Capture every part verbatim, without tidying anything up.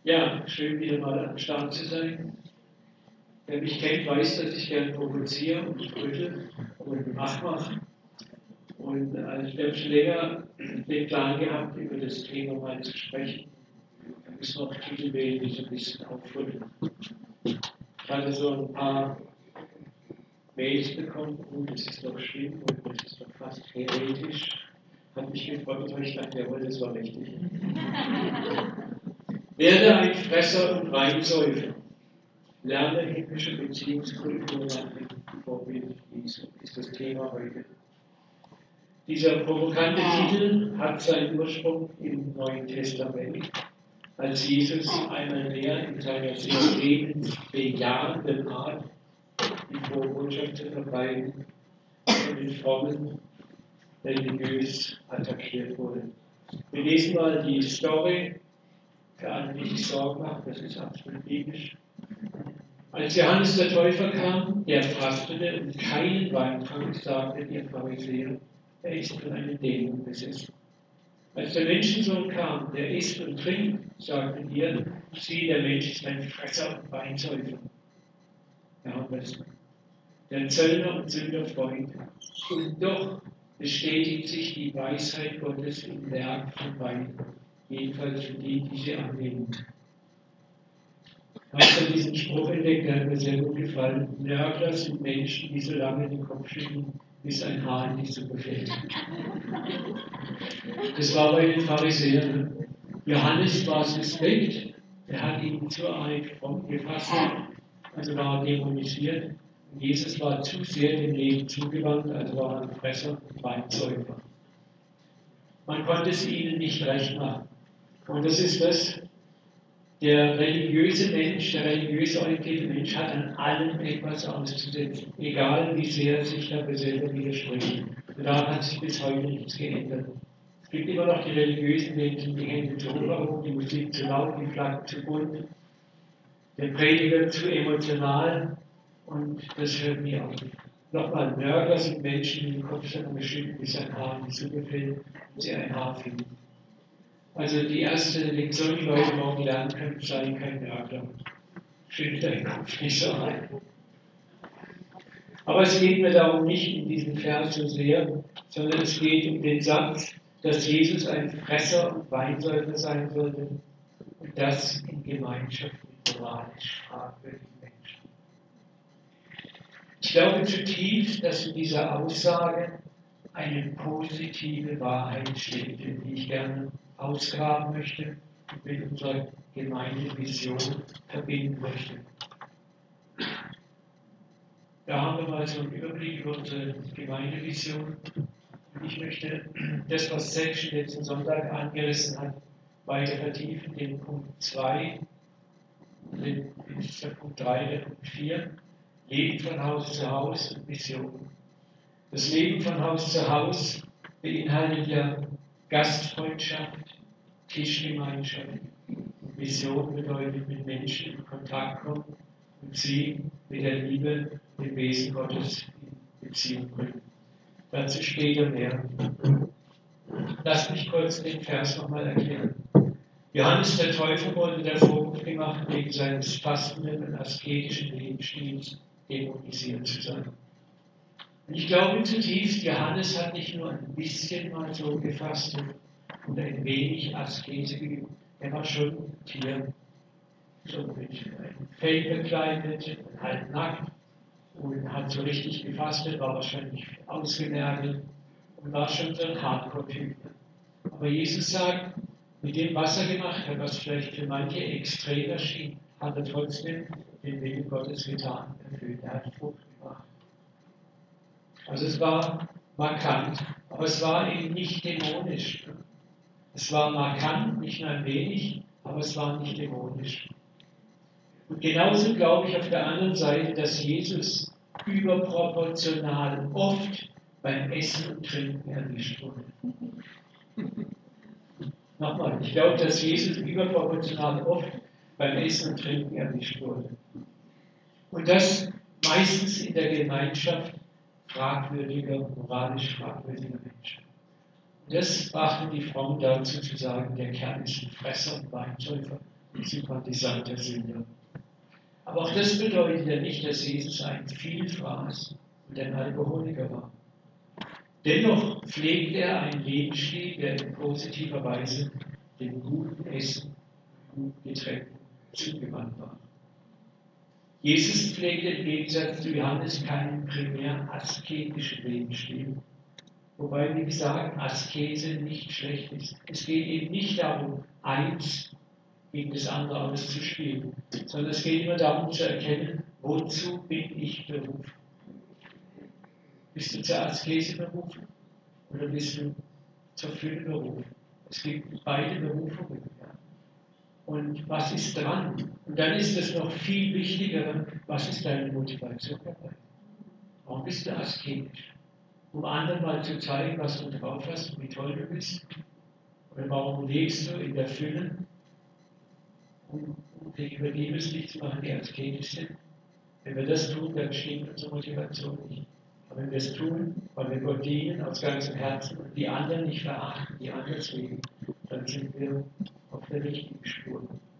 Ja, schön wieder mal am Start zu sein. Wer mich kennt, weiß, dass ich gerne provoziere und brülle und Mach mache. Und also ich habe schon länger den Plan gehabt, über das Thema mal zu sprechen. Da müssen wir auch Titel wählen, die so ein bisschen auffüllen. Ich hatte so ein paar Mails bekommen, oh, das ist doch schlimm und das ist doch fast heretisch. Hat mich gefreut, weil ich dachte, jawohl, das war richtig. Werde ein Fresser und Weinsäufer. Lerne himmlische Beziehungskultur nach dem Vorbild Jesu, ist das Thema heute. Dieser provokante Titel hat seinen Ursprung im Neuen Testament, als Jesus einmal mehr in seiner sehr lebensbejahenden Art die frohe Botschaft zu verbreiten von den Frommen religiös attackiert wurde. Wir lesen mal die Story, für alle, die sich Sorgen machen, das ist absolut biblisch. Als Johannes der Täufer kam, der fastete und keinen Wein trank, sagten die Pharisäer, er ist von einem Dämon besessen. Als der Menschensohn kam, der isst und trinkt, sagten ihr, siehe, der Mensch ist ein Fresser und Weinsäufer. Ja, das der Zöllner und Sünderfreund. Und doch bestätigt sich die Weisheit Gottes im Werk von Wein, jedenfalls für die, die sie annehmen. Ich habe diesen Spruch entdeckt, der hat mir sehr gut gefallen. Nörgler sind Menschen, die so lange den Kopf schütteln, bis ein Haar in die Suppe fällt. Das war bei den Pharisäern. Johannes war suspekt, er hat ihnen zu arg fromm gefasst, also war dämonisiert. Jesus war zu sehr dem Leben zugewandt, also war ein Fresser und Weinsäufer. Man konnte es ihnen nicht recht machen. Und das ist das, der religiöse Mensch, der religiös orientierte Mensch hat an allem etwas auszusetzen, egal wie sehr sich dabei selber widerspricht. Und daran hat sich bis heute nichts geändert. Es gibt immer noch die religiösen Menschen, die Hände zu hoch, die Musik zu laut, die Flaggen zu bunt, der Prediger zu emotional und das hört nie auf. Nochmal, Nörgler sind Menschen, die den Kopf so lange schütteln, bis ein Haar in die Suppe fällt und sie ein Haar finden. Also die erste Lektion, die wir heute Morgen lernen können, sei kein Nörgler. Schüttel deinen Kopf nicht so ein. Aber es geht mir darum nicht in diesem Vers so sehr, sondern es geht um den Satz, dass Jesus ein Fresser und Weinsäufer sein sollte und das in Gemeinschaft mit moralisch fragwürdigen Menschen. Ich glaube zutiefst, dass in dieser Aussage eine positive Wahrheit steckt, die ich gerne ausgraben möchte und mit unserer Gemeindevision verbinden möchte. Da haben wir mal so einen Überblick über unsere Gemeindevision. Und ich möchte das, was Selch letzten Sonntag angerissen hat, weiter vertiefen, den Punkt zwei, den, das ist der Punkt drei, der Punkt vier, Leben von Haus zu Haus und Mission. Das Leben von Haus zu Haus beinhaltet ja Gastfreundschaft, Tischgemeinschaft. Mission bedeutet mit Menschen in Kontakt kommen und sie mit der Liebe, dem Wesen Gottes in Beziehung bringen. Dazu später mehr. Lass mich kurz den Vers nochmal erklären. Johannes der Täufer wurde der Vorwurf gemacht, wegen seines fastenden und asketischen Lebensstils dämonisiert zu sein. Und ich glaube zutiefst, Johannes hat nicht nur ein bisschen mal so gefastet und ein wenig Askese geübt. Er war schon Tier, so mit einem Fell bekleidet, halb nackt und hat so richtig gefastet, war wahrscheinlich ausgemergelt und war schon so ein Hardcore-Typ. Aber Jesus sagt, mit dem, was er gemacht hat, was vielleicht für manche extrem erschien, hat er trotzdem den Willen Gottes getan, erfüllt. Er hat Frucht gebracht. Also es war markant, aber es war eben nicht dämonisch. Es war markant, nicht nur ein wenig, aber es war nicht dämonisch. Und genauso glaube ich auf der anderen Seite, dass Jesus überproportional oft beim Essen und Trinken erwischt wurde. Nochmal, ich glaube, dass Jesus überproportional oft beim Essen und Trinken erwischt wurde. Und das meistens in der Gemeinschaft fragwürdiger, moralisch fragwürdiger Menschen. Und das brachte die Frommen dazu zu sagen, der Kerl ist ein Fresser und Weinsäufer. sympathisanter Sünder. Aber auch das bedeutet ja nicht, dass Jesus ein Vielfraß und ein Alkoholiker war. Dennoch pflegt er einen Lebensstil, der in positiver Weise dem guten Essen, guten Getränken zugewandt war. Jesus pflegte im Gegensatz zu Johannes keinen primär asketischen Lebensstil. Wobei, wie gesagt, Askese nicht schlecht ist. Es geht eben nicht darum, eins gegen das andere auszuspielen, sondern es geht immer darum zu erkennen, wozu bin ich berufen. Bist du zur Askese berufen oder bist du zur Fülle berufen? Es gibt beide Berufungen. Ja. Und was ist dran? Und dann ist es noch viel wichtiger, was ist deine Motivation dabei? Warum bist du asketisch? Um anderen mal zu zeigen, was du drauf hast und wie toll du bist? Oder warum lebst du in der Fülle, um, um gegenüber die lustig zu machen, die asketisch sind? Wenn wir das tun, dann stimmt unsere Motivation nicht. Aber wenn wir es tun, weil wir Gott dienen aus ganzem Herzen und die anderen nicht verachten, die anders leben, dann sind wir auf der richtigen Spur.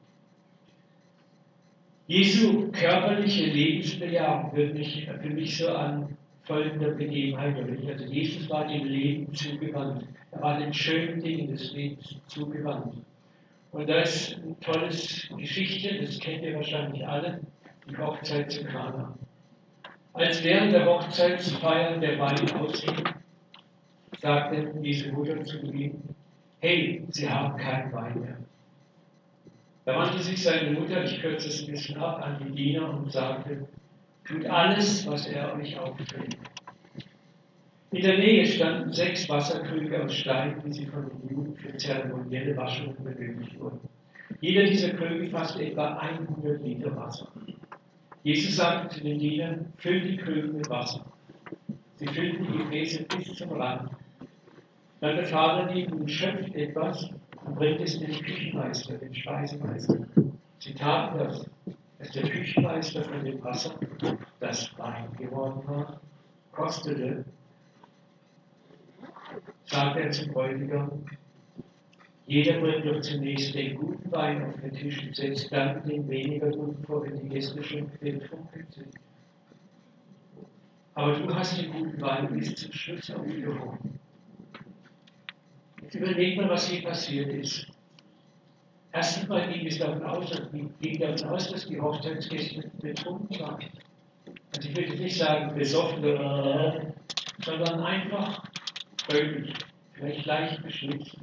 Jesu körperliche Lebensbejahung wird mich für mich so an folgender Begebenheit erinnern. Also Jesus war dem Leben zugewandt. Er war den schönen Dingen des Lebens zugewandt. Und da ist eine tolle Geschichte, das kennt ihr wahrscheinlich alle, die Hochzeit zu Kana. Als während der Hochzeitsfeier der Wein ausging, sagte diese Mutter zu ihm: Hey, Sie haben keinen Wein mehr. Da wandte sich seine Mutter, ich kürze es ein bisschen ab, an die Diener und sagte: Tut alles, was er euch aufträgt. In der Nähe standen sechs Wasserkrüge aus Stein, wie sie von den Juden für zeremonielle Waschungen benötigt wurden. Jeder dieser Krüge fasste etwa hundert Liter Wasser. Jesus sagte zu den Dienern: Füllt die Krüge mit Wasser. Sie füllten die Gefäße bis zum Rand. Dann befahl er ihnen: Schöpft etwas und bringt es dem Küchenmeister, dem Speisemeister. Sie taten das, als der Küchenmeister von dem Wasser, das Wein geworden war, kostete, sagte er zum Bräutigam: Jeder bringt doch zunächst den guten Wein auf den Tisch und setzt dann den weniger guten vor, wenn die Gäste schon betrunken sind. Aber du hast den guten Wein bis zum Schluss aufgehoben. Jetzt überleg mal, was hier passiert ist. Erstens mal ging es davon aus, ging davon aus, dass die Hochzeitsgäste betrunken waren. Also ich würde nicht sagen besoffen, sondern einfach fröhlich, vielleicht leicht beschwipst.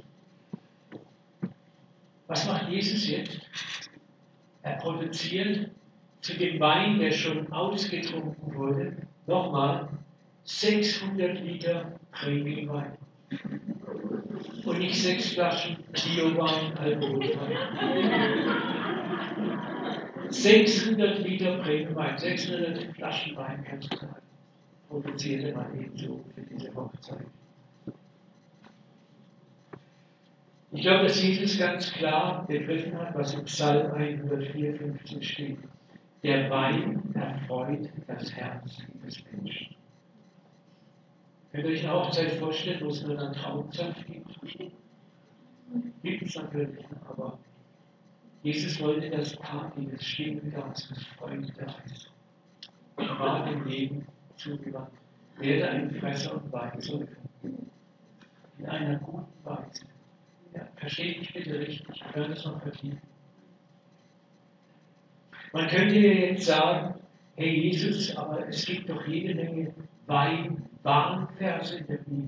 Was macht Jesus jetzt? Er produziert zu dem Wein, der schon ausgetrunken wurde, nochmal sechshundert Liter Premiumwein. Und nicht sechs Flaschen Biowein, Alkoholwein. sechshundert Liter Premiumwein, sechshundert Flaschen Wein, kannst du sagen, produzierte man eben so für diese Hochzeit. Ich glaube, dass Jesus ganz klar begriffen hat, was im Psalm hundertvierundfünfzig steht. Der Wein erfreut das Herz des Menschen. Könnt ihr euch eine Hochzeit vorstellen, wo es nur einen Traubensaft gibt? Gibt es natürlich, aber Jesus wollte das Party, das Stimmgas, das Freude da ist. Er war dem Leben zugewandt. Werde ein Fresser und Weinsäufer. In einer guten Weise. Ja, versteht mich bitte richtig, ich kann das noch vertiefen. Man könnte jetzt sagen, hey Jesus, aber es gibt doch jede Menge Wein-Warnverse in der Bibel.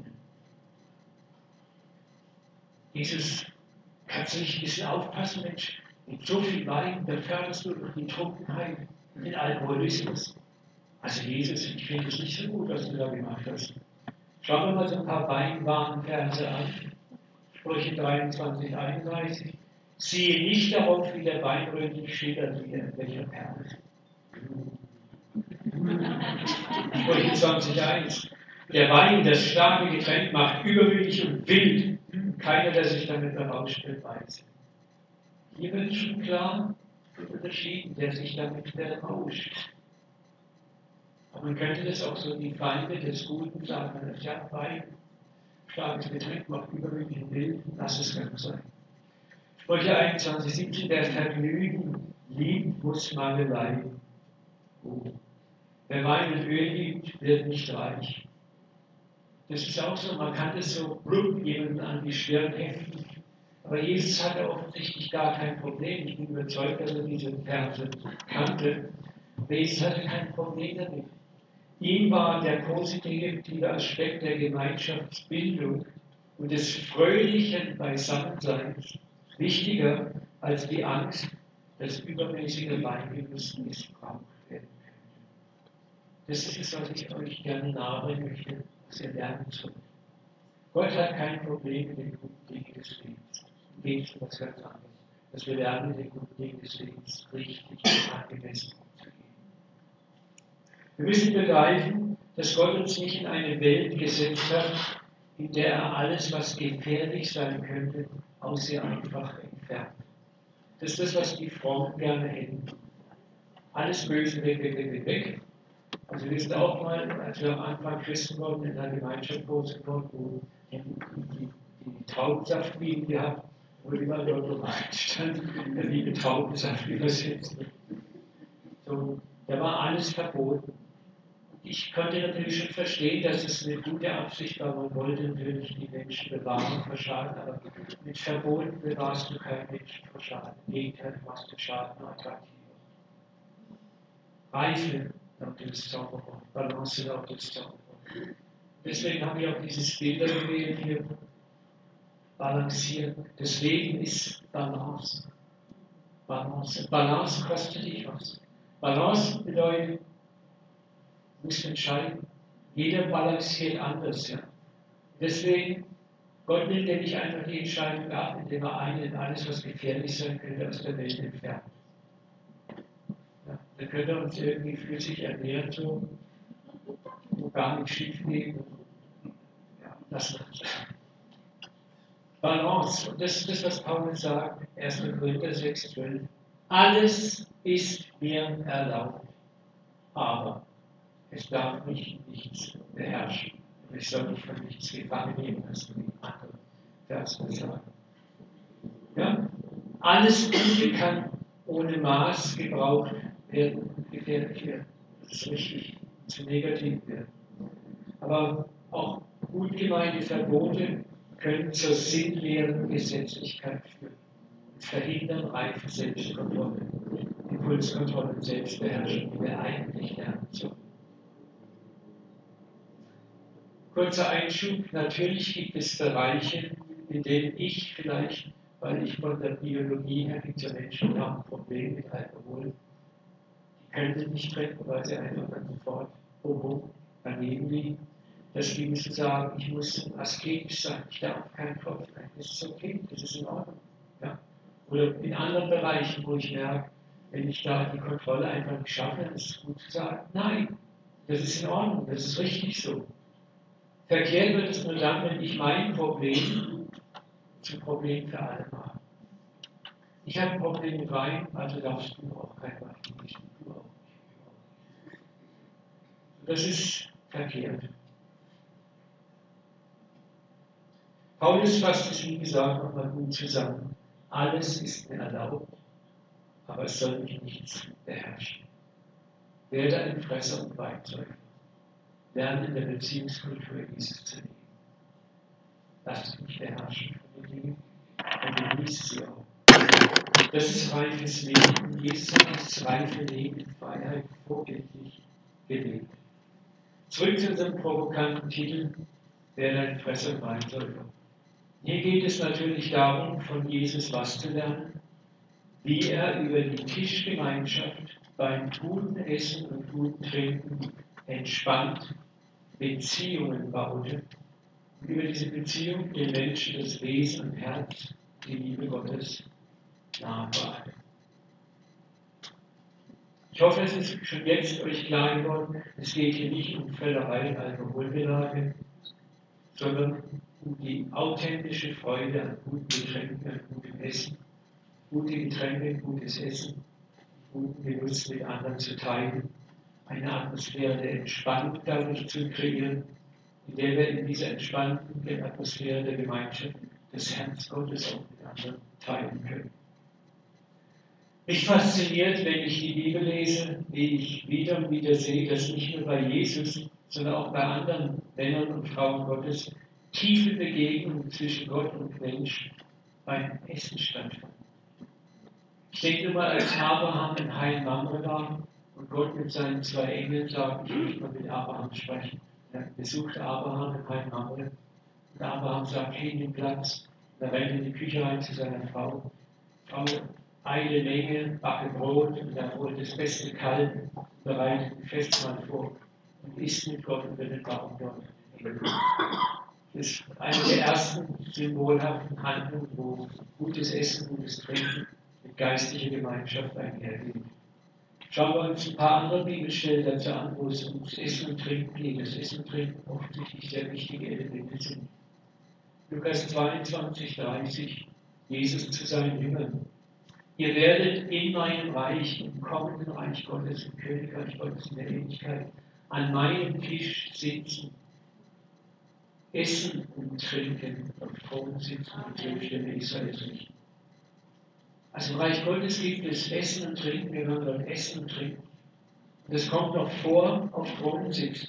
Jesus, kannst du nicht ein bisschen aufpassen, Mensch, mit so viel Wein, dann förderst du durch die Trunkenheit und den Alkoholismus. Also Jesus, ich finde es nicht so gut, was du da gemacht hast. Schauen wir mal so ein paar Wein-Warnverse an. Sprüche dreiundzwanzig, einunddreißig. Siehe nicht darauf, wie der Wein rötlich schimmert, wie in welcher Perle. Sprüche zwanzig, eins. Der Wein, das starke Getränk, macht übermütig und wild. Keiner, der sich damit berauscht, wird weiß. Hier wird schon klar unterschieden, der sich damit berauscht. Aber man könnte das auch so die Feinde des Guten sagen, das ja Wein. Starkes Getränk macht übermütig und wild, lass es ganz sein. Sprüche einundzwanzig, siebzehn, wer Vergnügen liebt, muss Mangelei. Oh. Wer Wein und Öl liebt, wird nicht reich. Das ist auch so, man kann das so blub jemanden an die Stirn heften. Aber Jesus hatte offensichtlich gar kein Problem. Ich bin überzeugt, dass er diese Verse kannte. Jesus hatte kein Problem damit. Ihm war der positive Aspekt der Gemeinschaftsbildung und des fröhlichen Beisammenseins wichtiger als die Angst, dass übermäßiger Weingenuss missbraucht werden könnte. Das ist es, was ich euch gerne nahebringen möchte, was ihr lernen sollt. Gott hat kein Problem mit den guten Dingen des Lebens. Im Gegenteil, was ganz anderes. Dass wir lernen, mit den guten Dingen des Lebens richtig und angemessen umzugehen. Wir müssen begreifen, dass Gott uns nicht in eine Welt gesetzt hat, in der er alles, was gefährlich sein könnte, aus ihr einfach entfernt. Das ist das, was die Frommen gerne hätten. Alles Böse weg, weg, weg, weg, weg. Also wir sind auch mal, als wir am Anfang Christen wurden, in einer Gemeinschaft groß geworden, wo die, die, die Traubensaftbienen gehabt, wo immer dort stand, der liebe Traubensaft übersetzt. So, da war alles verboten. Ich konnte natürlich schon verstehen, dass es eine gute Absicht war, man wollte natürlich die Menschen bewahren vor Schaden, aber mit Verboten bewahrst du keinen Menschen vor Schaden. Im Gegenteil, du machst den Schaden nur attraktiver. Reife lautet das Zauberwort, Balance lautet das Zauberwort. Deswegen habe ich auch dieses Bild gewählt hier, balancieren. Das Leben ist Balance. Balance. Balance kostet dich was. Balance bedeutet, du musst entscheiden. Jeder balanciert anders. Ja. Deswegen, Gott nimmt ja nicht einfach die Entscheidung ab, indem er einen alles, was gefährlich sein könnte, aus der Welt entfernt. Ja, dann könnte er uns irgendwie flüssig ernähren, so, wo gar nichts schief geht. Ja, das war's. Balance, und das ist das, was Paulus sagt, erster Korinther sechs, zwölf. Alles ist mir erlaubt, aber es darf mich nichts beherrschen. Und ich soll mich von nichts gefangen nehmen lassen, wie andere Verse sagen. Ja? Alles Gute kann ohne Maß gebraucht werden und gefährlich werden. Das ist richtig, zu negativ werden. Aber auch gut gemeinte Verbote können zur sinnleeren Gesetzlichkeit führen und verhindern reife Selbstkontrolle, Impulskontrolle und Selbstbeherrschung, die wir eigentlich lernen sollen. Kurzer Einschub, natürlich gibt es Bereiche, in denen ich vielleicht, weil ich von der Biologie her gibt es ja Menschen, die haben ein Problem mit Alkohol, die können sich nicht treffen, weil sie einfach dann sofort oben daneben liegen. dass die müssen sagen, ich muss asketisch sein, ich darf keinen Kopf nehmen. Das ist okay, das ist in Ordnung. Ja? Oder in anderen Bereichen, wo ich merke, wenn ich da die Kontrolle einfach nicht schaffe, dann ist es gut zu sagen, nein, das ist in Ordnung, das ist richtig so. Verkehrt wird es nur dann, wenn ich mein Problem zum Problem für alle mache. Ich habe ein Problem mit Wein, also darfst du auch kein Wein genießen. Du auch nicht. Das ist verkehrt. Paulus fasst es, wie gesagt, nochmal gut zusammen. Alles ist mir erlaubt, aber es soll mich nichts beherrschen. Werde ein Fresser und Weinsäufer. Lerne in der Beziehungskultur Jesus zu leben. Lass dich nicht beherrschen von den Dingen und genieße sie auch. Das ist reifes Leben. Jesus hat dieses reife Leben in Freiheit vorbildlich gelebt. Zurück zu unserem provokanten Titel, werde ein Fresser und Weinsäufer. Hier geht es natürlich darum, von Jesus was zu lernen, wie er über die Tischgemeinschaft beim guten Essen und guten Trinken entspannt Beziehungen baute und über diese Beziehung den Menschen das Wesen und Herz, die Liebe Gottes nahebringen. Ich hoffe, es ist schon jetzt euch klar geworden, es geht hier nicht um Völlerei und Alkoholbelage, sondern um die authentische Freude an guten Getränken, an gutem Essen, gute Getränke, gutes Essen, guten Genuss mit anderen zu teilen, eine Atmosphäre der Entspannung dadurch zu kreieren, in der wir in dieser entspannten Atmosphäre der Gemeinschaft das Herz Gottes auch mit anderen teilen können. Mich fasziniert, wenn ich die Bibel lese, wie ich wieder und wieder sehe, dass nicht nur bei Jesus, sondern auch bei anderen Männern und Frauen Gottes tiefe Begegnungen zwischen Gott und Mensch beim Essen stattfanden. Ich denke nur mal, als Abraham in Hain Mamre war und Gott mit seinen zwei Engeln sagt, ich möchte mal mit Abraham sprechen. Er besuchte Abraham in Hain Mamre und Abraham sagt, hey, nimm Platz. Und er rennt in die Küche rein zu seiner Frau. Frau, eile Menge, backe Brot und er holt das beste Kalb, bereitet ein Festmahl vor und isst mit Gott über den Baum dort. Das ist eine der ersten symbolhaften Handlungen, wo gutes Essen, gutes Trinken mit geistlicher Gemeinschaft einhergeht. Schauen wir uns ein paar andere Bibelstellen dazu an, wo es ums Essen und Trinken geht. Das Essen und Trinken offensichtlich sehr wichtige Elemente sind. Lukas zweiundzwanzig, dreißig, Jesus zu seinen Jüngern. Ihr werdet in meinem Reich, im kommenden Reich Gottes, im Königreich Gottes in der Ewigkeit, an meinem Tisch sitzen, essen und trinken, auf Thron sitzen und die Stämme Israels richten. Also im Reich Gottes gibt es Essen und Trinken, wir werden dort essen und trinken. Und das kommt noch vor, auf Thron sitzen.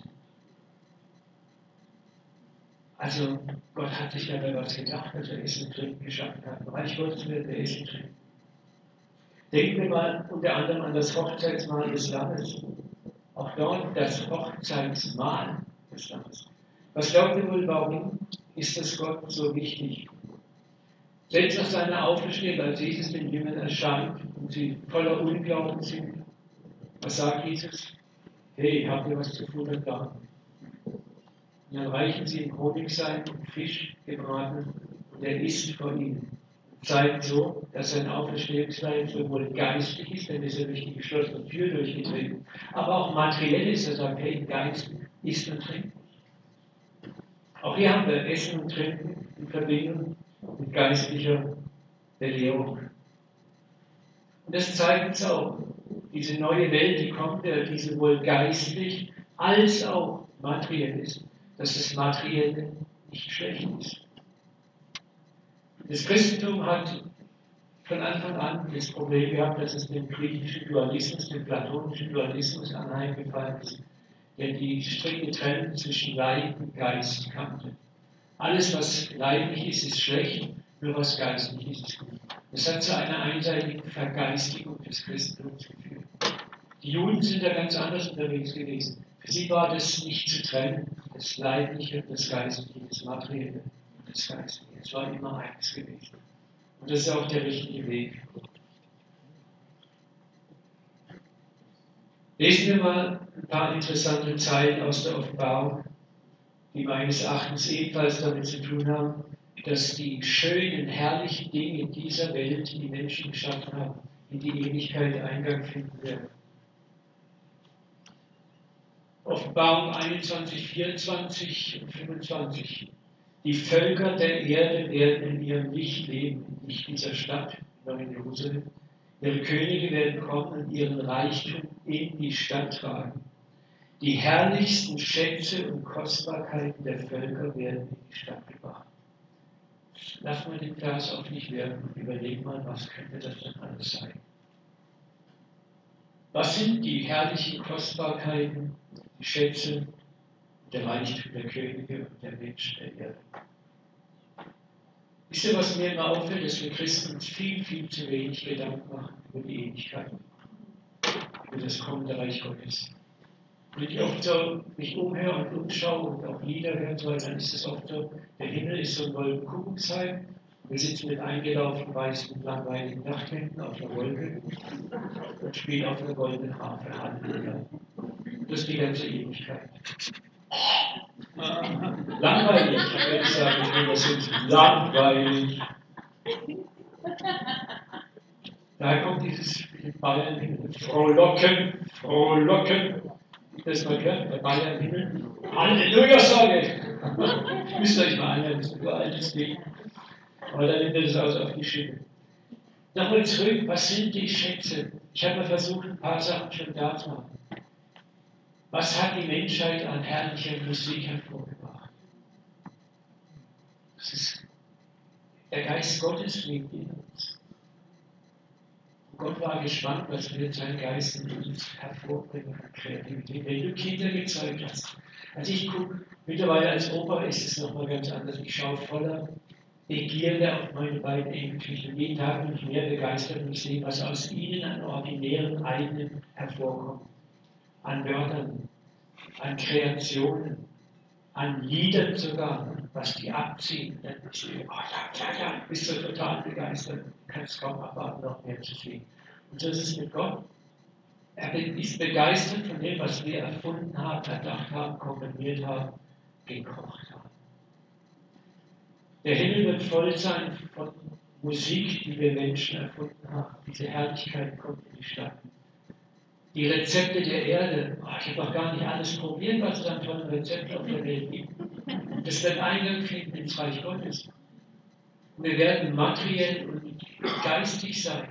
Also Gott hat sich dabei was gedacht, als er Essen und Trinken geschaffen hat. Im Reich Gottes werden wir essen und trinken. Denken wir mal unter anderem an das Hochzeitsmahl des Lammes. Auch dort das Hochzeitsmahl des Lammes. Was glaubt ihr wohl, warum ist das Gott so wichtig? Selbst nach seiner Auferstehung, als Jesus den Jüngern erscheint und sie voller Unglauben sind, was sagt Jesus? Hey, habt ihr was zu futtern da? Und dann reichen sie ihm Honigseim und Fisch gebraten und er isst vor ihnen. Zeigt so, dass sein Auferstehungsleib sowohl geistlich ist, denn er ist ja durch die geschlossene Tür durchgetreten, aber auch materiell ist. Er sagt, hey, Geist isst und trinkt. Auch hier haben wir Essen und Trinken in Verbindung mit geistlicher Belehrung. Und das zeigt uns auch, diese neue Welt, die kommt, die sowohl geistlich als auch materiell ist, dass das Materielle nicht schlecht ist. Das Christentum hat von Anfang an das Problem gehabt, dass es dem griechischen Dualismus, dem platonischen Dualismus anheimgefallen ist, der die strikte Trennung zwischen Leib und Geist kannte. Alles, was leiblich ist, ist schlecht, nur was geistlich ist, ist gut. Das hat zu einer einseitigen Vergeistigung des Christentums geführt. Die Juden sind da ganz anders unterwegs gewesen. Für sie war das nicht zu trennen, das Leibliche, das Geistliche, das Materielle und das Geistliche. Es war immer eins gewesen. Und das ist auch der richtige Weg. Lesen wir mal ein paar interessante Zeilen aus der Offenbarung, die meines Erachtens ebenfalls damit zu tun haben, dass die schönen, herrlichen Dinge dieser Welt, die die Menschen geschaffen haben, in die Ewigkeit Eingang finden werden. Offenbarung einundzwanzig, vierundzwanzig und fünfundzwanzig. Die Völker der Erde werden in ihrem Licht leben, nicht dieser Stadt, sondern in Jerusalem. Ihre Könige werden kommen und ihren Reichtum in die Stadt tragen. Die herrlichsten Schätze und Kostbarkeiten der Völker werden in die Stadt gebracht. Lass mal den Vers auf dich wirken und überleg mal, was könnte das denn alles sein? Was sind die herrlichen Kostbarkeiten, die Schätze, der Reichtum der Könige und der Menschen der Erde? Wisst ihr, was mir immer auffällt, dass wir Christen uns viel, viel zu wenig Gedanken machen über die Ewigkeit, über das kommende Reich Gottes. Wenn ich oft so mich umhöre und umschaue und auch Lieder höre, so, dann ist es oft so, der Himmel ist so ein Wolkenkuckucksheim. Wir sitzen mit eingelaufenen weißen, langweiligen Nachthemden auf der Wolke und spielen auf einer goldenen Harfe Halleluja. Das ist die ganze Ewigkeit. Langweilig, würde ich sagen, ich will das jetzt langweilig. Daher kommt dieses Bayern-Himmel. Frohlocken, frohlocken. Das mal gehört, der Bayern-Himmel. Halleluja, sage ich. Müsst ihr euch mal anhören, das ist ein uraltes Ding. Aber dann nimmt er das also auf die Schiene. Nochmal zurück, was sind die Schätze? Ich habe mal versucht, ein paar Sachen schon da zu machen. Was hat die Menschheit an herrlicher Musik hervorgebracht? Das ist Der Geist Gottes lebt in uns. Und Gott war gespannt, was wird sein Geist in uns hervorbringen an Kreativität. Wenn du Kinder gezeugt hast. Also ich gucke, mittlerweile als Opa ist es nochmal ganz anders. Ich schaue voller Begierde auf meine beiden Enkelkinder. Jeden Tag bin ich mehr begeistert und sehe, was aus ihnen an ordinären eigenen hervorkommt. An Wörtern, an Kreationen, an Liedern sogar, was die abziehen. Dann bist du, oh ja, ja, ja, bist du total begeistert. Du kannst kaum abwarten, noch mehr zu sehen. Und so ist es mit Gott. Er ist begeistert von dem, was wir erfunden haben, erdacht haben, komponiert haben, gekocht haben. Der Himmel wird voll sein von Musik, die wir Menschen erfunden haben. Diese Herrlichkeit kommt in die Stadt. Die Rezepte der Erde, oh, ich habe noch gar nicht alles probiert, was es an tollen Rezepten auf der Welt gibt. Das wird Eingang finden ins Reich Gottes. Und wir werden materiell und geistig sein.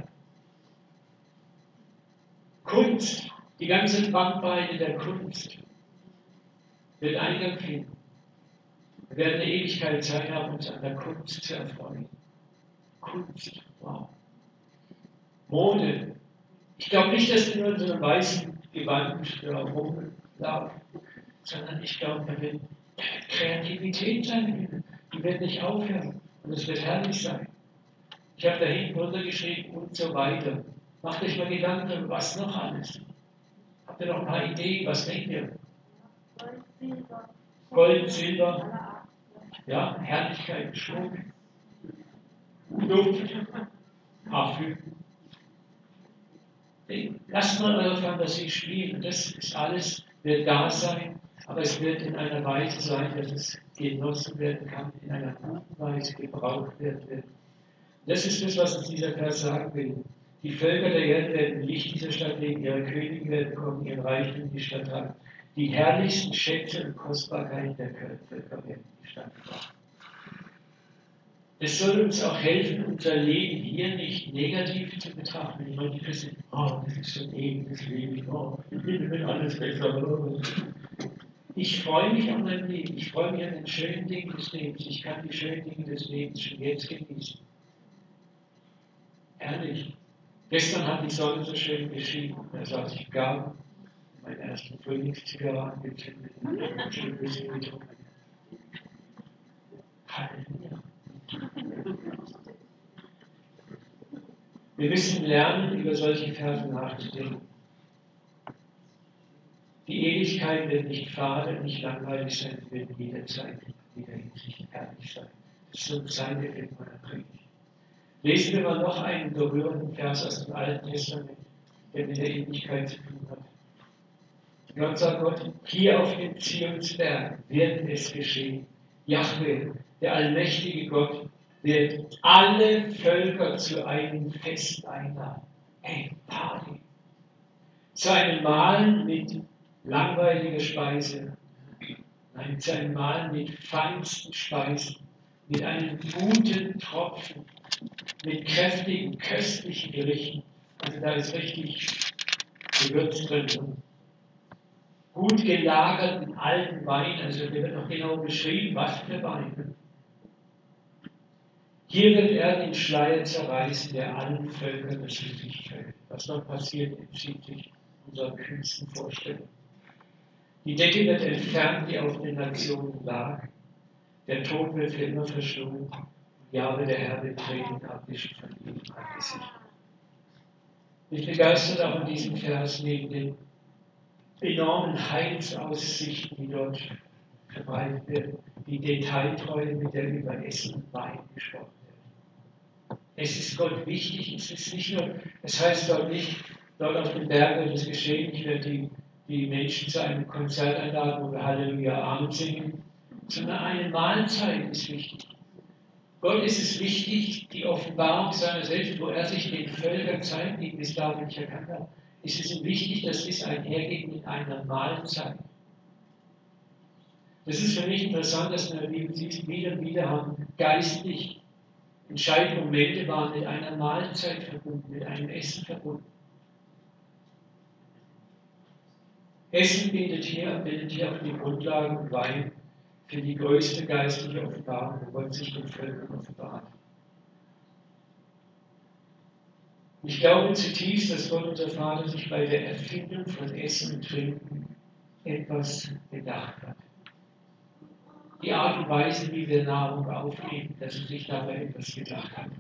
Kunst, die ganze Bandbreite der Kunst wird Eingang finden. Wir werden eine Ewigkeit Zeit haben, uns an der Kunst zu erfreuen. Kunst, wow. Mode. Ich glaube nicht, dass wir nur in so einem weißen Gewand rumlaufen, sondern ich glaube, da wird Kreativität sein. Die wird nicht aufhören. Und es wird herrlich sein. Ich habe da hinten runtergeschrieben und so weiter. Macht euch mal Gedanken, was noch alles. Habt ihr noch ein paar Ideen? Was denkt ihr? Gold, Silber. Gold, Silber. Ja, Herrlichkeit, Schmuck, Duft, Parfüm. Lasst mal eure Fantasie spielen. Das ist alles, wird da sein, aber es wird in einer Weise sein, dass es genossen werden kann, in einer guten Weise gebraucht werden wird. Das ist das, was uns dieser Vers sagen will. Die Völker der Erde werden im Licht dieser Stadt leben, ihre Könige werden kommen, ihren Reichtum in die Stadt haben. Die herrlichsten Schätze und Kostbarkeiten der Völker werden in die Stadt gebracht. Es soll uns auch helfen, unser Leben hier nicht negativ zu betrachten. Ich meine, die Christen, oh, das ist so ein ewiges Leben, oh, ich will mit alles besser. Ich freue mich an meinem Leben, ich freue mich an den schönen Dingen des Lebens. Ich kann die schönen Dinge des Lebens schon jetzt genießen. Ehrlich. Gestern hat die Sonne so schön geschienen, da saß ich im Garten, meine ersten Frühlingszigarren angezündet und ein schön Whisky getrunken. Halleluja. Wir müssen lernen, über solche Verse nachzudenken. Die Ewigkeit wird nicht fade, nicht langweilig sein, sie wird jederzeit in jeder Hinsicht herrlich sein. Das ist so ein Zeiteffekt meiner Predigt. Lesen wir mal noch einen berührenden Vers aus dem Alten Testament, der mit der Ewigkeit zu tun hat. Gott sagt Gott, hier auf dem Zionsberg wird es geschehen. Jahwe, der allmächtige Gott, wird alle Völker zu einem Fest einladen. Hey, Party. Zu einem Mahl mit langweiliger Speise. Nein, zu einem Mahl mit feinsten Speisen. Mit einem guten Tropfen. Mit kräftigen, köstlichen Gerichten. Also da ist richtig Gewürz drin. Gut gelagerten alten Wein, also hier wird noch genau beschrieben, was für Wein. Hier wird er den Schleier zerreißen, der allen Völkern das Gesicht fällt. Was noch passiert, entzieht sich unserer kühnsten Vorstellung. Die Decke wird entfernt, die auf den Nationen lag. Der Tod wird für immer verschlungen. Jahwe, der Herr, wird Tränen abwischen von jedem Angesicht. Mich begeistert auch in diesem Vers neben den enormen Heilsaussichten, die dort verbreitet werden, die Detailtreue, mit der über Essen und Wein gesprochen wird. Es ist Gott wichtig, es ist nicht nur, es heißt dort nicht, dort auf dem Berg wird es geschehen, ich werde die, die Menschen zu einem Konzert einladen, wo wir Halleluja Amen singen, sondern eine Mahlzeit ist wichtig. Gott ist es wichtig, die Offenbarung seiner selbst, wo er sich den Völkern zeigt, die bis dahin nicht erkannt haben, ist es ihm wichtig, dass dies einhergeht mit einer Mahlzeit. Das ist für mich interessant, dass man in der Bibel sieht, wieder und wieder haben geistlich entscheidende Momente waren mit einer Mahlzeit verbunden, mit einem Essen verbunden. Essen bildet hier, bildet hier auch die Grundlagen und Wein für die größte geistliche Offenbarung, wo Gott sich den Völkern offenbart. Ich glaube zutiefst, dass Gott, unser Vater, sich bei der Erfindung von Essen und Trinken etwas gedacht hat. Die Art und Weise, wie wir Nahrung aufnehmen, dass er sich dabei etwas gedacht hat.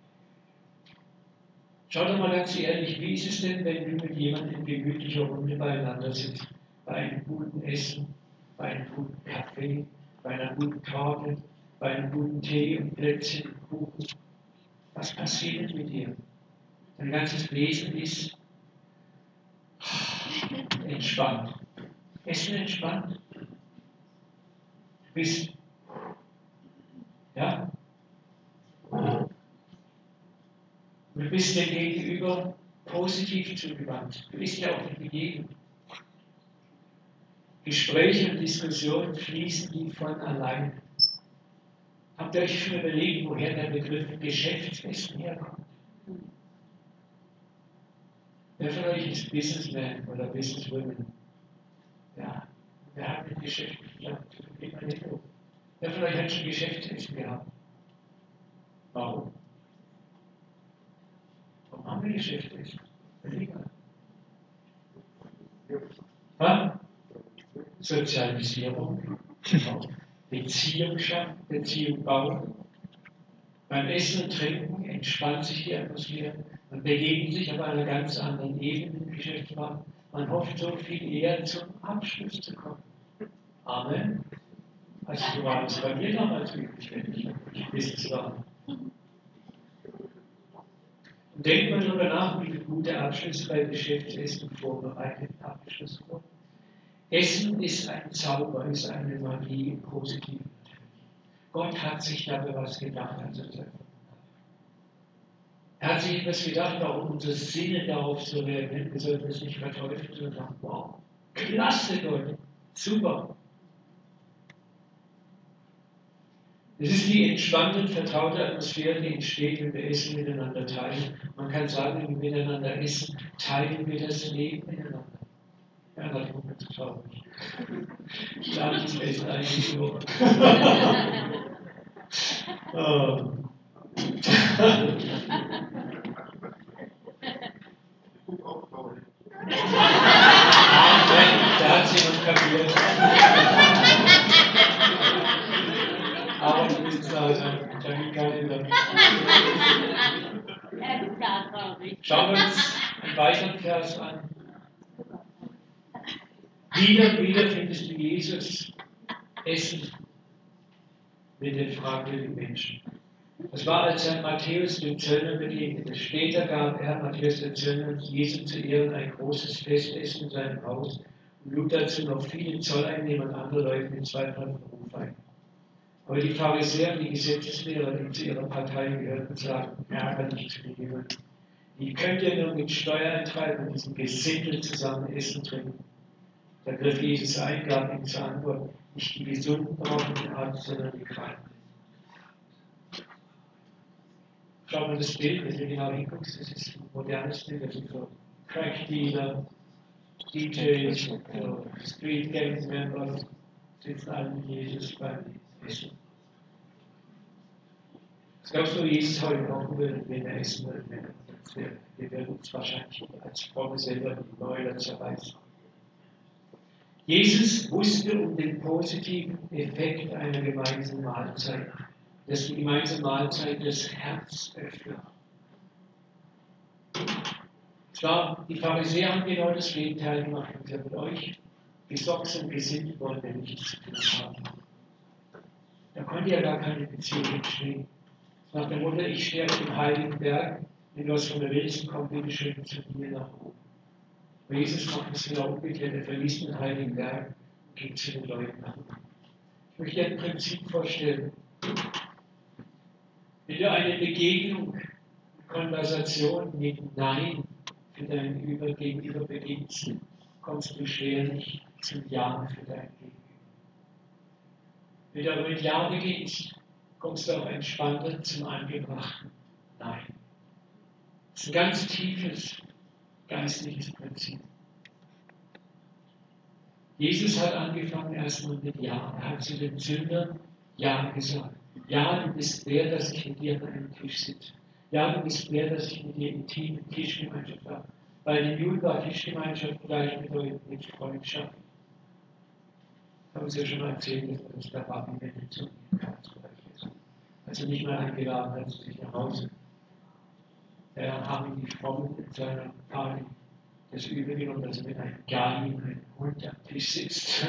Schau doch mal ganz ehrlich, wie ist es denn, wenn du mit jemandem in gemütlicher Runde beieinander sitzt? Bei einem guten Essen, bei einem guten Kaffee, bei einer guten Torte, bei einem guten Tee und Plätzchen und Kuchen. Was passiert mit dir? Dein ganzes Wesen ist entspannt. Essen entspannt. Du bist, ja, du bist dem Gegenüber positiv zugewandt. Du bist ja auch nicht gegeben. Gespräche und Diskussionen fließen wie von allein. Habt ihr euch schon überlegt, woher der Begriff Geschäftsessen herkommt? Wer von euch ist Businessman oder Businesswoman? Ja, wer hat mit Geschäft geklappt? Geht mal nicht hoch. Wer von euch hat schon Geschäftsessen gehabt? Warum? Warum haben wir Geschäftsessen? Sozialisierung, Beziehung schaffen, Beziehung bauen. Beim Essen und Trinken entspannt sich die Atmosphäre. Man begegnet sich auf einer ganz anderen Ebene im Geschäftsmarkt. Man hofft so viel eher zum Abschluss zu kommen. Amen. Also so war das bei mir damals üblich, wenn ich im Business war. Und denkt mal darüber nach, wie viele gute Abschlüsse bei Geschäftsessen vorbereitet abgeschlossen wurden. Essen ist ein Zauber, ist eine Magie im Positiven. Gott hat sich dabei was gedacht, als er es erfunden hat. Er hat sich etwas gedacht, warum unsere Sinne darauf zu reagieren. Wir sollten es nicht verteufeln, sondern sagen, wow, klasse Gott, super. Es ist die entspannte und vertraute Atmosphäre, die entsteht, wenn wir Essen miteinander teilen. Man kann sagen, wenn wir miteinander essen, teilen wir das Leben miteinander. Ja, das ist mir zu traurig. Ich lade das Essen eigentlich so. Oh. Da hat sie noch kapiert. Aber ich bin zu Hause. Da gibt keine Sache. Schauen wir uns einen weiteren Vers an. Wieder und wieder findest du Jesus essen mit den fragwürdigen Menschen. Das war, als er Matthäus dem Zöllner begegnete. Später gab er, Matthäus der Zöllner, Jesus zu Ehren ein großes Festessen in seinem Haus und lud dazu noch viele Zolleinnehmer und andere Leute mit zweifelhaftem Ruf ein. Aber die Pharisäer und die Gesetzeslehrer, die zu ihrer Partei gehörten, sagten, ärger nicht zu den Jüngern. Wie könnt ihr nur mit Steuereintreibern und diesem Gesindel zusammen essen und trinken? Da griff Jesus ein, gab ihm zur Antwort, nicht die Gesunden brauchen den Arzt, sondern die Kranken. Schau mal das Bild, wenn du genau hinguckst, das ist ein modernes Bild, das sind so Crack-Dealer, D Js, so Street-Gang-Members, sitzen alle mit Jesus beim Essen. Das glaubst du, Jesus heute machen würde, wenn er essen würde? Wir werden uns wahrscheinlich als Fromme selber die Mäuler zerreißen. Jesus wusste um den positiven Effekt einer gemeinsamen Mahlzeit, dass die gemeinsame Mahlzeit das Herz öffnet. Zwar, die Pharisäer haben genau das Gegenteil gemacht und gesagt, mit euch gesockt und gesinnt wollen wir nichts zu tun haben. Da konnte ja gar keine Beziehung entstehen. Nach der Mutter, ich stehe auf dem heiligen Berg, wenn was von der Welt kommt, bitte schön zu mir nach oben. Aber Jesus macht es genau umgekehrt, er verließ den heiligen Berg und ging zu den Leuten nach oben. Ich möchte dir ein Prinzip vorstellen. Wenn du eine Begegnung, Konversation mit Nein für deinen Gegenüber beginnst, kommst du schwerlich zum Ja für dein Gegenüber. Wenn du aber mit Ja beginnst, kommst du auch entspannter zum angebrachten Nein. Das ist ein ganz tiefes geistliches Prinzip. Jesus hat angefangen erstmal mit Ja. Er hat zu den Sündern Ja gesagt. Ja, du bist wert, dass ich mit dir an einem Tisch sitze. ja, du bist wert, dass ich mit dir intime Tischgemeinschaft habe. Weil den Juden war Tischgemeinschaft gleichbedeutend mit Freundschaft. Haben Sie ja schon mal erzählt, dass das der Rabbi mit zu Karlsruhe ist. Also nicht mal eingeladen hat zu sich nach Hause. Da haben die Frommen in seiner Party das Übel genommen, dass er mit einem Gali, einem Hund am Tisch sitzt.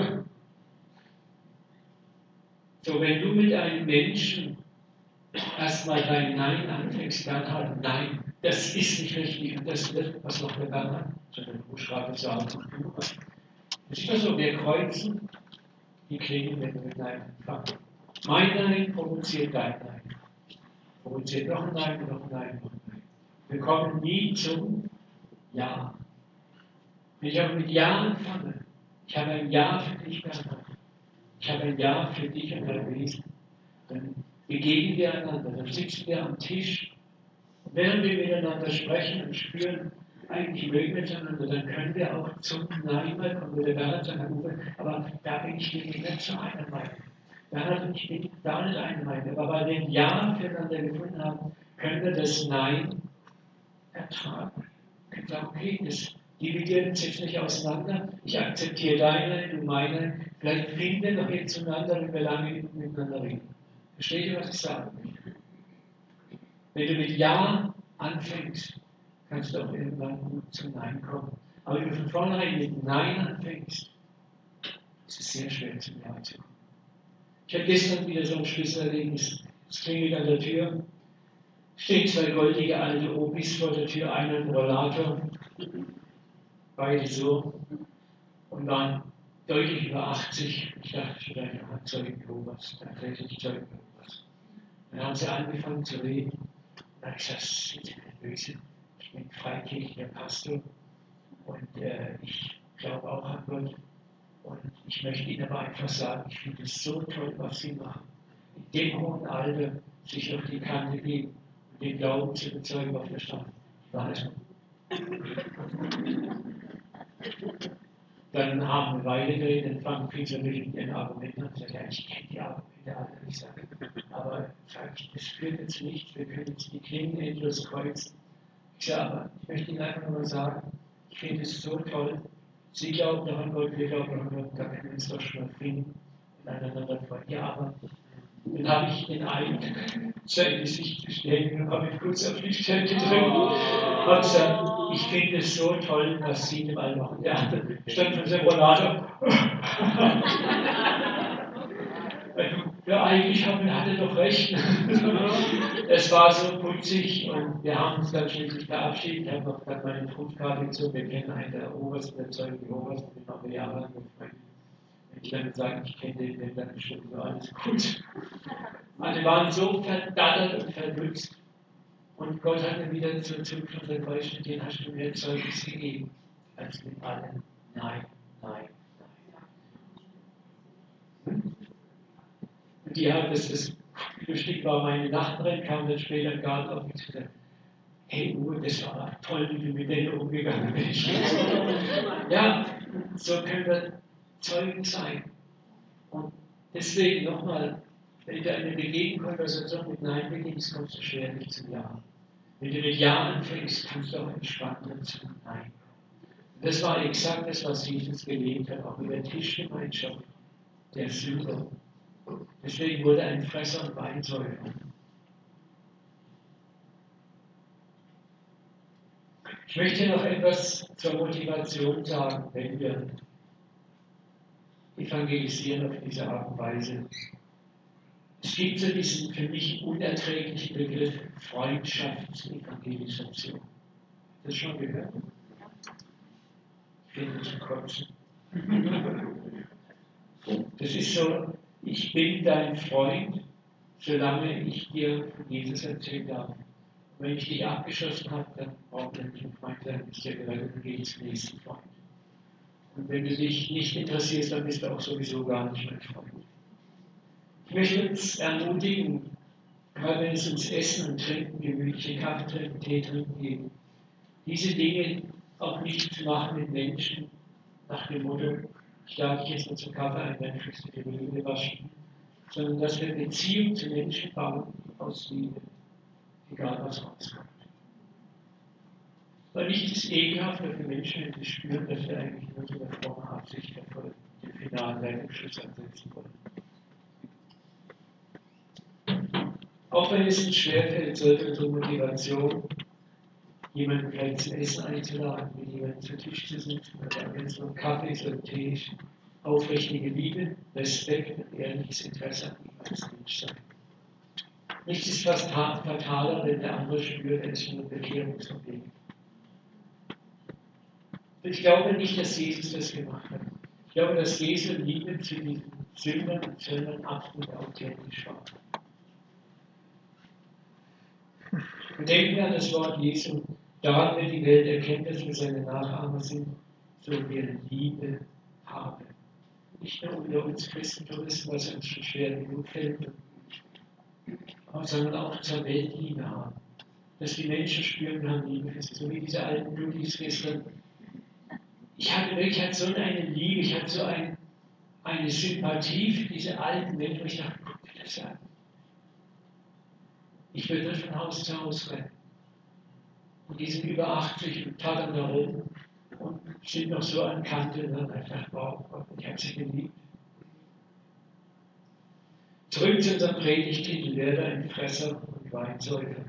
So, wenn du mit einem Menschen erstmal dein Nein anfängst, dann halt Nein, das ist nicht richtig und das wird, was macht der dann? Sondern du schreibst ja auch noch du. Es ist ja so, wir kreuzen die Klingen, wenn wir mit Nein anfangen. Mein Nein provoziert dein Nein. Provoziert noch ein Nein, noch ein Nein, noch ein Nein. Wir kommen nie zum Ja. Wenn ich aber mit Ja anfange, ich habe ein Ja für dich, Bernhard. Ich habe ein Ja für dich und dein Wesen. Dann begegnen wir einander, dann sitzen wir am Tisch. Und während wir miteinander sprechen und spüren, eigentlich mögen wir miteinander, dann können wir auch zum Nein mal kommen, wo der Bernhard sagt, Uwe, aber da bin ich nicht zu einer Meinung. Bernhard und ich bin da nicht einer Meinung. Aber weil wir ein Ja füreinander gefunden haben, können wir das Nein ertragen. Wir können sagen, okay, das dividiert uns jetzt nicht auseinander. Ich akzeptiere deine, du meine. Vielleicht finden wir noch jetzt zueinander, wenn wir lange miteinander reden. Versteht ihr, was ich sagen möchte? Wenn du mit Ja anfängst, kannst du auch irgendwann gut zum Nein kommen. Aber wenn du von vornherein mit Nein anfängst, ist es sehr schwer zum Ja zu kommen. Ich habe gestern wieder so ein Schlüsselerlebnis. Es klingelt an der Tür. Stehen zwei goldige alte Opis vor der Tür, einer im Rollator, beide so, und waren deutlich über achtzig. Ich dachte, vielleicht haben Zeugen Jehovas, tatsächlich Zeugen Jehovas. Dann haben sie angefangen zu reden. Und dann habe ich gesagt, sind Sie nicht böse? Ich bin freikirchlicher Pastor und äh, ich glaube auch an Gott. Und ich möchte Ihnen aber einfach sagen, ich finde es so toll, was Sie machen. In dem hohen Alter sich auf die Kante geben und den Glauben zu bezeugen auf der Stadt. War das gut? Dann haben wir weitergeredet, dann fangen viele so mit ihren Argumenten an und sagen, ja, ich kenne die Argumente alle nicht sagen. Aber sag ich, das führt jetzt nichts, wir können jetzt die Klingen endlos kreuzen. Ich sage aber, ich möchte Ihnen einfach nur sagen, ich finde es so toll. Sie glauben noch an Gott, wir glauben noch an Gott, da können wir uns doch schon mal finden und einander freuen. Ja, aber dann habe ich den einen sein Gesicht gestellt und habe ihn kurz auf die Stirn gedrückt und habe gesagt, ich finde es so toll, was Sie dem all machen. Der andere stand von seinem Rollator. Ja, eigentlich hat er doch recht. Es war so putzig und wir haben uns dann schließlich verabschiedet. Ich habe noch dann meine Trumpfkarte gezogen. Wir kennen einen der Obersten, der Zeugen Jehovas, den haben wir jahrelang befreundet. Wenn ich dann sage, ich kenne den, den dann bestimmt so alles gut. Alle waren so verdattert und verdutzt. Und Gott hat mir wieder zur Zukunft enttäuscht, den hast du mir Zeugnis gegeben, als mit allen Nein, Nein, Nein. Hm? Und die haben das, das lustig war, meine Nachbarin kam dann später im Garten auf mich und gesagt, hey Uwe, das war toll, wie du mit denen umgegangen bist. Ja, so können wir Zeugen sein. Und deswegen nochmal, wenn du eine Begegnungskonversation mit Nein beginnst, kommst du schwer nicht zum Ja. Wenn du mit Ja anfängst, kannst du auch entspannter zum Nein kommen. Das war exakt das, was Jesus gelehrt hat, auch mit der Tischgemeinschaft der Sünder. Deswegen wurde ein Fresser und Weinsäufer. Ich möchte noch etwas zur Motivation sagen, wenn wir evangelisieren auf diese Art und Weise. Es gibt so diesen für mich unerträglichen Begriff Freundschaftsevangelisation. Hast du das schon gehört? Ich finde das ein Kotzen. Das ist so, ich bin dein Freund, solange ich dir von Jesus erzählen darf. Und wenn ich dich abgeschossen habe, dann braucht er nicht ein Freund sein, bist ja gerettet und geht zum nächsten Freund. Und wenn du dich nicht interessierst, dann bist du auch sowieso gar nicht mein Freund. Ich möchte uns ermutigen, gerade wenn es ums Essen und Trinken, gemütliche Kaffee trinken, Tee trinken geht, diese Dinge auch nicht zu machen mit Menschen nach dem Motto, ich lade dich jetzt mal zum Kaffee ein, dann kriegst du dir die Hände waschen, sondern dass wir Beziehungen zu Menschen bauen aus Liebe. egal was rauskommt. Weil nichts ist ekelhafter für Menschen, wenn sie spüren, dass wir eigentlich nur so eine fromme Absicht verfolgen, den finalen Rettungsschluss ansetzen wollen. Auch wenn es uns schwerfällt, sollte unsere Motivation, jemanden vielleicht zum Essen einzuladen, mit jemandem zu Tisch zu sitzen, oder wenn es nur ein Kaffee ist oder Tee ist, aufrichtige Liebe, Respekt und ehrliches Interesse an ihm als Mensch sein. Nichts ist fast fataler, wenn der andere spürt, er ist nur bekehrungsfähig. Ich glaube nicht, dass Jesus das gemacht hat. Ich glaube, dass Jesu Liebe zu diesen Sündern und Sündern absolut authentisch war. Und denken wir an das Wort Jesu. Daran wird die Welt erkennen, dass wir seine Nachahmer sind, so wir Liebe haben. Nicht nur unter uns Christentouristen, was uns schon schwer genug fällt, sondern auch zur Welt Liebe haben. Dass die Menschen spüren, wir haben Liebe für sie. So wie diese alten Blutis gestern. Ich hatte wirklich ich hatte so eine Liebe, ich hatte so ein, eine Sympathie für diese alten Menschen, wo ich dachte, guck dir das an. Ich würde von Haus zu Haus rennen. Und die sind über achtzig und tattern da rum und sind noch so an Kante. Und dann einfach, wow, ich habe sie geliebt. Zurück zu unserem Predigtitel, werde ein Fresser und Weinsäufer.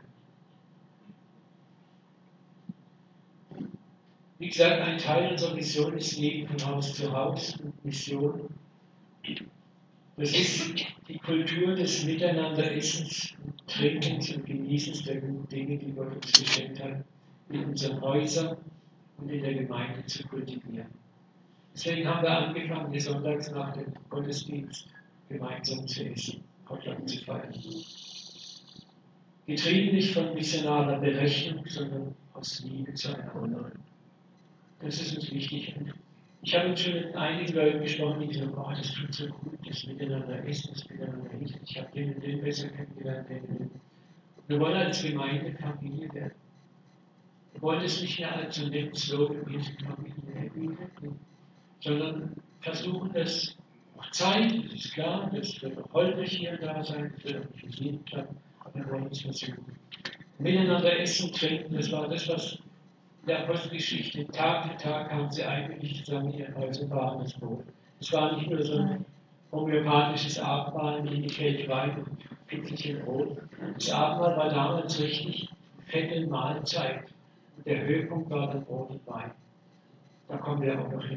Wie gesagt, ein Teil unserer Mission ist Leben von Haus zu Haus und Mission. Das ist die Kultur des Miteinanderessens, Trinkens und Genießens der guten Dinge, die Gott uns geschenkt hat, in unseren Häusern und in der Gemeinde zu kultivieren. Deswegen haben wir angefangen, hier sonntags nach dem Gottesdienst gemeinsam zu essen, Potluck zu feiern. Getrieben nicht von missionaler Berechnung, sondern aus Liebe zueinander. Das ist uns wichtig. Und ich habe schon mit einigen Leuten gesprochen, die gesagt haben, oh, das tut so gut, das Miteinander essen, das Miteinander riechen. Ich habe den und den besser kennengelernt, den und den. Wir wollen als Gemeinde Familie werden. Wir wollen es nicht mehr als so einen Slogan, wir sind Familie, sondern versuchen, das auch Zeit, das ist klar, das wird auch holprig hier und da sein, das wird auch nicht jeden klappen, aber wir wollen es versuchen. Miteinander essen, trinken, das war das, was in der Apostelgeschichte, Tag für Tag haben sie eigentlich zusammen ihren Häusern warmes Brot. Es war nicht nur so ein homöopathisches Abendmahl, ein Kelch Wein und Pizzelchen Brot. Das Abendmahl war damals richtig fette Mahlzeit. Und der Höhepunkt war dann Brot und Wein. Da kommen wir auch noch hin.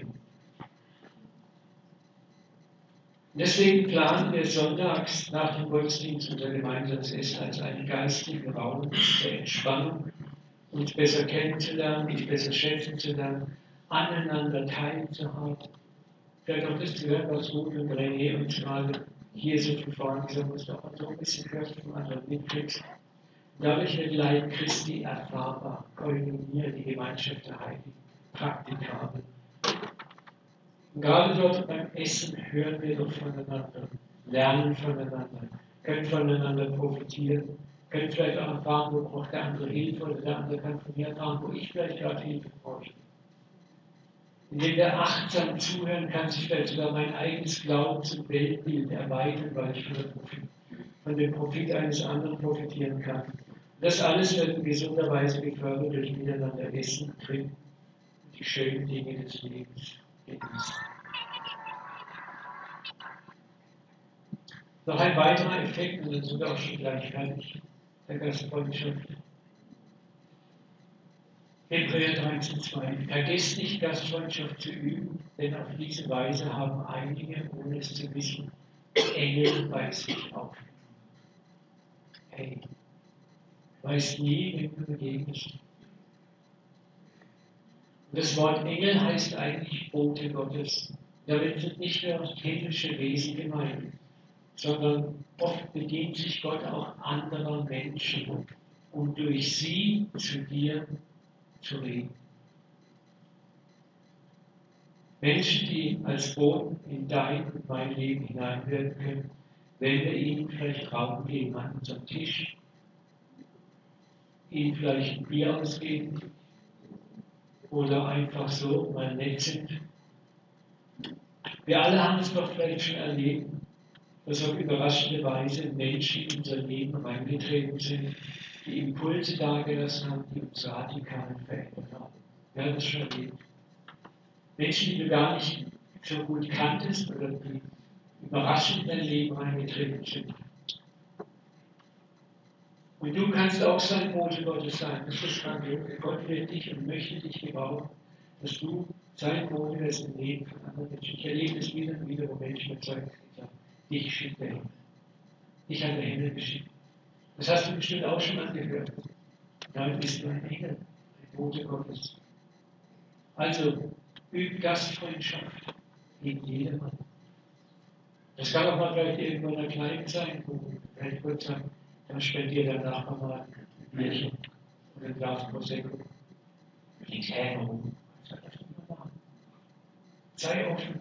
Und deswegen planen wir sonntags nach dem Gottesdienst unser gemeinsames Essen als einen geistigen Raum der Entspannung, uns besser kennenzulernen, uns besser schätzen zu lernen, aneinander teilzuhaben. Vielleicht auch das zu hören, was Ruth und René uns gerade hier so von vorne gesagt haben, was du auch so ein bisschen hörst vom anderen mitkriegst. Dadurch wird Leib Christi erfahrbar, Koinonia, die Gemeinschaft der Heiligen, praktikabel. Und gerade dort beim Essen hören wir doch voneinander, lernen voneinander, können voneinander profitieren, können vielleicht auch erfahren, wo braucht der andere Hilfe, oder der andere kann von mir erfahren, wo ich vielleicht gerade Hilfe bräuchte. Indem wir achtsam zuhören, kann sich vielleicht sogar mein eigenes Glaubens- und Weltbild erweitern, weil ich von dem Profit eines anderen profitieren kann. Das alles wird in gesunder Weise gefördert durch miteinander Essen, Trinken und die schönen Dinge des Lebens genießen. Noch ein weiterer Effekt, und dann sind wir auch schon gleich fertig, der Gastfreundschaft. Hebräer dreizehn zwei. Vergesst nicht, Gastfreundschaft zu üben, denn auf diese Weise haben einige, ohne es zu wissen, Engel bei sich aufgenommen. Hey, weißt nie, wem du begegnest. Das Wort Engel heißt eigentlich Bote Gottes. Damit sind nicht nur himmlische Wesen gemeint, sondern oft bedient sich Gott auch anderer Menschen, um durch sie zu dir zu reden. Menschen, die als Boten in dein und mein Leben hineinwirken können, wenn wir ihnen vielleicht Raum geben an unserem Tisch, ihnen vielleicht ein Bier ausgeben oder einfach so mal nett sind. Wir alle haben es doch vielleicht schon erlebt, dass auf überraschende Weise Menschen in unser Leben reingetreten sind, die Impulse dargelassen haben, die uns radikal verändert haben. Wir haben das schon erlebt. Menschen, die du gar nicht so gut kanntest oder die überraschend in dein Leben eingetreten sind. Und du kannst auch so ein Bote Gottes sein. Das ist grandios. Gott will dich und möchte dich gebrauchen, dass du sein Bote wirst im Leben von anderen Menschen. Ich erlebe es wieder und wieder, wo Menschen mir sagen, dich schickt der Himmel. Ich habe der Himmel geschickt. Das hast du bestimmt auch schon angehört. Damit bist du ein Engel, ein Bote Gottes. Also, üb Gastfreundschaft gegen jedermann. Das kann auch mal vielleicht irgendwo in einer Kleinen sein, wo vielleicht Gott sagt, dann spendiert der Nachbar mal ein Bierchen oder ein Glas Prosecco. Liegt herum. Sei offen.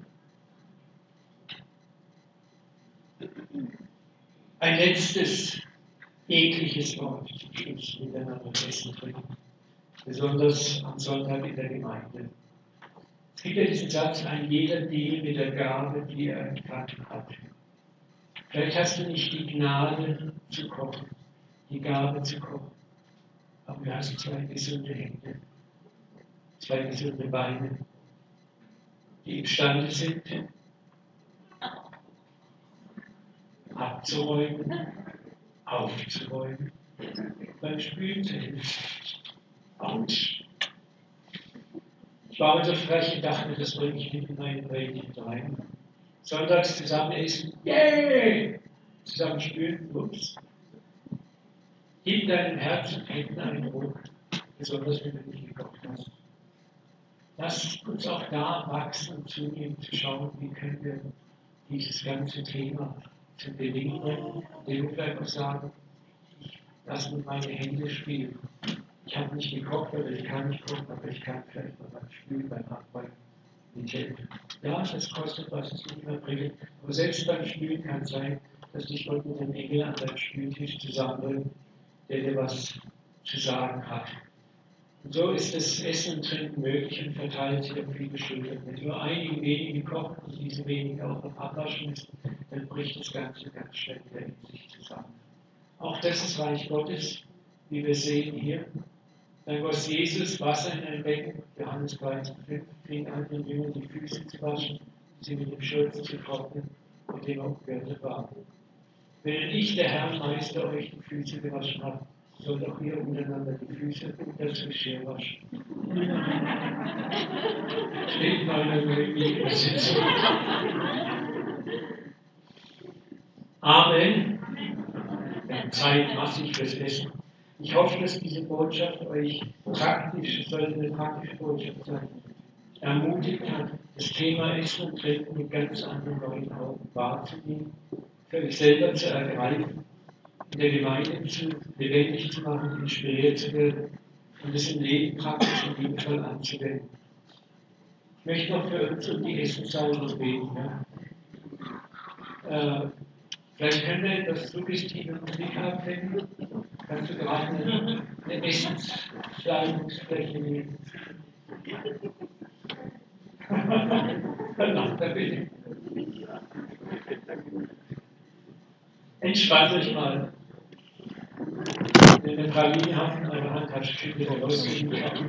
Ein letztes ekliges Wort zum Schluss miteinander essen trinken. Besonders am Sonntag in der Gemeinde. Es gibt ja diesen Satz, ein jeder diene mit der Gabe, die er empfangen hat. Vielleicht hast du nicht die Gnade zu kochen, die Gabe zu kochen, aber du hast zwei gesunde Hände, zwei gesunde Beine, die imstande sind, abzuräumen, aufzuräumen, beim Spülen zu helfen. Autsch! Ich war so frech und dachte, das bringe ich mit in meinen Predigt rein. Sonntags zusammen essen, yay! Zusammen spülen, ups. Gib deinem Herzen und Händen einen Druck, besonders wenn du nicht gekocht hast. Lass uns auch da wachsen und zunehmen, zu schauen, wie können wir dieses ganze Thema zum Gelingen bringen, indem wir vielleicht auch sagen, ich lasse mit meine Hände spielen. Ich habe nicht gekocht, oder ich kann nicht kochen, aber ich kann vielleicht mal beim Spülen, beim Abräumen mithelfen. Ja, das kostet was, es ist nicht mehr bringen. Aber selbst beim Spülen kann es sein, dass dich Gott mit einem Engel an deinem Spültisch zusammenbringt, der dir was zu sagen hat. Und so ist das Essen und Trinken möglich und verteilt sich auf viele Schultern. Wenn nur einige wenige kochen und diese wenigen auch noch abwaschen müssen, dann bricht das Ganze ganz schnell wieder in sich zusammen. Auch das ist Reich Gottes, wie wir sehen hier. Dann goss Jesus Wasser in ein Becken, Johannes dreizehn fünf, fing an, den Jüngern die Füße zu waschen, sie mit dem Schurz zu trocknen, mit dem er umgürtet war. Wenn ich, der Herr Meister, euch die Füße gewaschen habe, sollt auch ihr untereinander die Füße und das Geschirr waschen. Steht mal in der Bibelsitzung. Amen. Wir haben Zeit massig fürs Essen. Ich hoffe, dass diese Botschaft euch praktisch, es sollte eine praktische Botschaft sein, ermutigt hat, das Thema Essen und Trinken mit ganz anderen neuen Augen wahrzunehmen, für euch selber zu ergreifen, in der Gemeinde zu, lebendig zu machen, inspiriert zu werden und es im Leben praktisch und liebevoll anzuwenden. Ich möchte noch für uns um die Essenssalbung beten. Ja. Äh, vielleicht können wir etwas suggestive Musik haben. Kannst du gerade eine, eine Essenssalbungsfläche nehmen? Danach, da bitte. Entspannt euch mal. Wenn ihr eine Praline habt in eurer Hand, habt ihr wieder rausgegeben.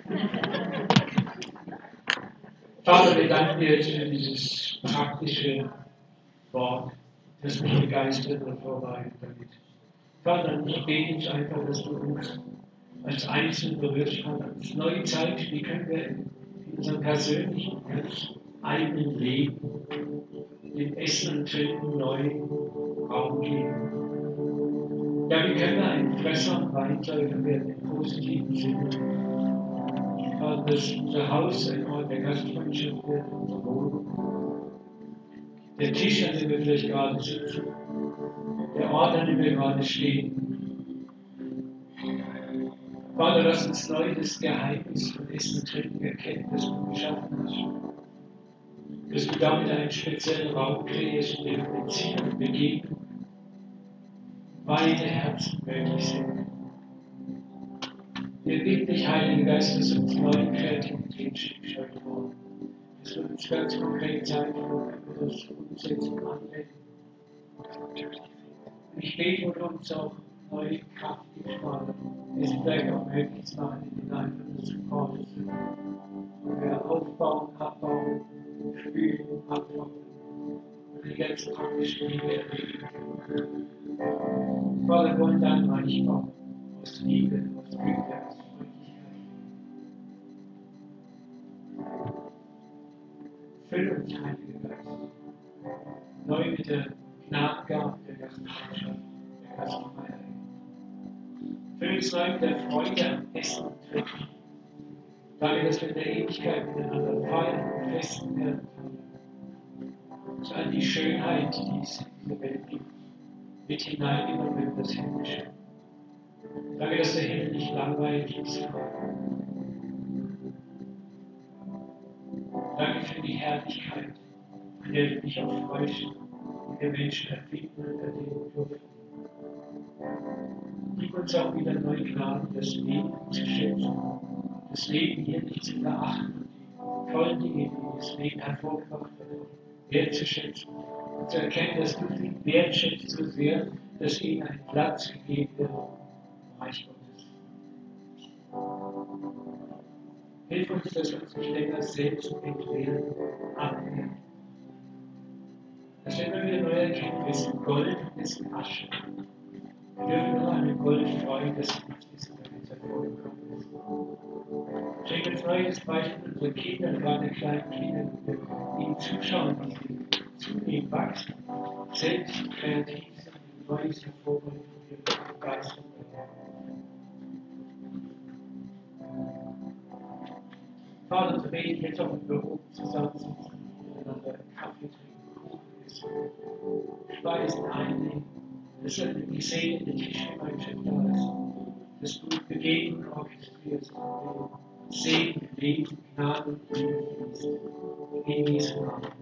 Vater, wir danken dir jetzt für dieses praktische Wort, das mich begeistert und vorbereitet damit. Vater, ich bete jetzt einfach, dass du uns als Einzelnen berührst, uns neu zeigst, wie können wir in unserem persönlichen, ganz eigenen Leben dem Essen und Trinken neu Raum geben. Ja, wie können wir ein Fresser und Weinsäufer werden im positiven Sinne? Vater, dass unser Haus ein Ort der Gastfreundschaft wird, unser Wohnung. Der Tisch, an dem wir vielleicht gerade sitzen, der Ort, an dem wir gerade stehen. Vater, lass uns neu das Geheimnis von Essen und Trinken erkennen, das du geschaffen hast. Dass du damit einen speziellen Raum kreierst, in dem Beziehung und Begegnung beide Herzen möglich sind. Wir bitten dich, Heiliger Geist, dass du uns neue Kreativität schenkst heute Morgen. Dass du uns ganz konkret zeigen, wo wir das umsetzen und anwenden. Ich bete, wo du uns auch neue Kraft gibst, Vater, es vielleicht auch möglich zu machen, in den einfachen Support zu wo wir aufbauen, abbauen, spülen, abbauen und die ganz praktische Dinge erleben können. Vater, wir wollen dein Reich bauen, aus Liebe, aus Güte, aus Freundlichkeit. Fülle uns, Heiliger Geist, neu mit der Gnadengabe der Gastfreundschaft, der Gastfreiheit. Fülle uns neu mit der Freude am Essen und Trinken. Danke, dass wir in der Ewigkeit miteinander feiern und festen werden können. So an die Schönheit, die es in dieser Welt gibt, mit hineingenommen in das Himmlische. Danke, dass der Himmel nicht langweilig ist. Danke für die Herrlichkeit, an der du dich auch freust, die der Menschen erfinden und erleben durften. Gib uns auch wieder neue Gnaden, das Leben zu schätzen, das Leben hier nicht zu verachten, die tollen Dinge, die das Leben hervorgebracht hat, wertzuschätzen und zu erkennen, dass du sie wertschätzt so sehr, dass ihnen ein Platz gegeben wird im Reich Gottes. Hilf uns, dass wir uns nicht länger selbst entwählen, abnehmen. Dass wir immer wieder neu erkennen, wir sind Gold und wir sind Asche. Wir dürfen nur an dem Gold freuen, das nicht ist und das hervorgekommen ist. Schenk uns neues Beispiel unsere Kinder, gerade kleinen Kindern, die ihnen zuschauen, wie sie zunehmend wachsen, selbst kreativ sind und Neues hervorbringen von ihrem Geist und Vater, so bete ich jetzt auch im Büro zusammensitzen, miteinander Kaffee trinken, Kuchen essen, Speisen einnehmen, dass eine gesegnete Tischgemeinschaft da ist, dass du Begegnungen orchestrierst, Segen, Leben, Gnade und Liebe fließt. In Jesu Namen.